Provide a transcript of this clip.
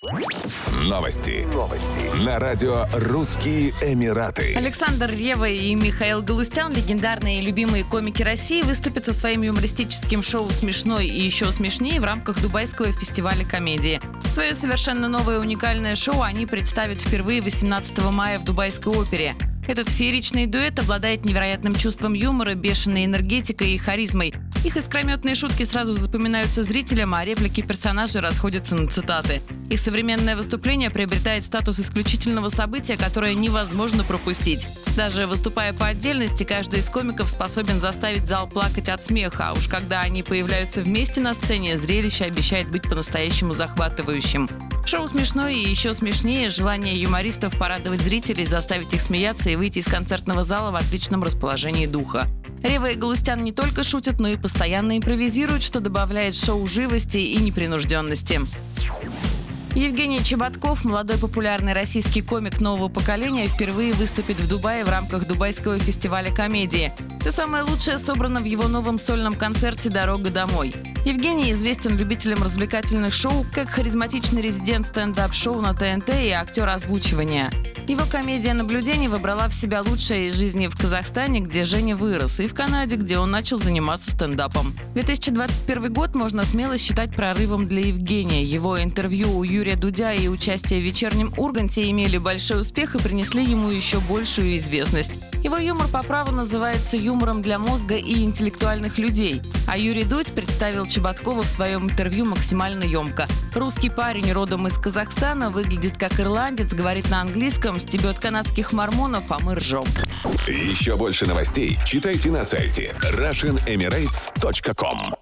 Новости. На радио «Русские Эмираты». Александр Ревва и Михаил Галустян, легендарные и любимые комики России, выступят со своим юмористическим шоу «Смешной и еще смешнее» в рамках Дубайского фестиваля комедии. Свое совершенно новое уникальное шоу они представят впервые 18 мая в Дубайской опере. Этот фееричный дуэт обладает невероятным чувством юмора, бешеной энергетикой и харизмой. Их искрометные шутки сразу запоминаются зрителям, а реплики персонажей расходятся на цитаты. Их современное выступление приобретает статус исключительного события, которое невозможно пропустить. Даже выступая по отдельности, каждый из комиков способен заставить зал плакать от смеха, а уж когда они появляются вместе на сцене, зрелище обещает быть по-настоящему захватывающим. Шоу «Смешное и еще смешнее» – желание юмористов порадовать зрителей, заставить их смеяться и выйти из концертного зала в отличном расположении духа. Ревва и Галустян не только шутят, но и постоянно импровизируют, что добавляет шоу живости и непринужденности. Евгений Чеботков, молодой популярный российский комик нового поколения, впервые выступит в Дубае в рамках Дубайского фестиваля комедии. Все самое лучшее собрано в его новом сольном концерте «Дорога домой». Евгений известен любителям развлекательных шоу, как харизматичный резидент стендап-шоу на ТНТ и актер озвучивания. Его комедия наблюдений выбрала в себя лучшее из жизни в Казахстане, где Женя вырос, и в Канаде, где он начал заниматься стендапом. 2021 год можно смело считать прорывом для Евгения. Его интервью у Юрия Дудя и участие в «Вечернем Урганте» имели большой успех и принесли ему еще большую известность. Его юмор по праву называется юмором для мозга и интеллектуальных людей. А Юрий Дудь представил Чеботкова в своем интервью максимально емко. Русский парень родом из Казахстана, выглядит как ирландец, говорит на английском, стебет канадских мормонов, а мы ржем. Еще больше новостей читайте на сайте RussianEmirates.com.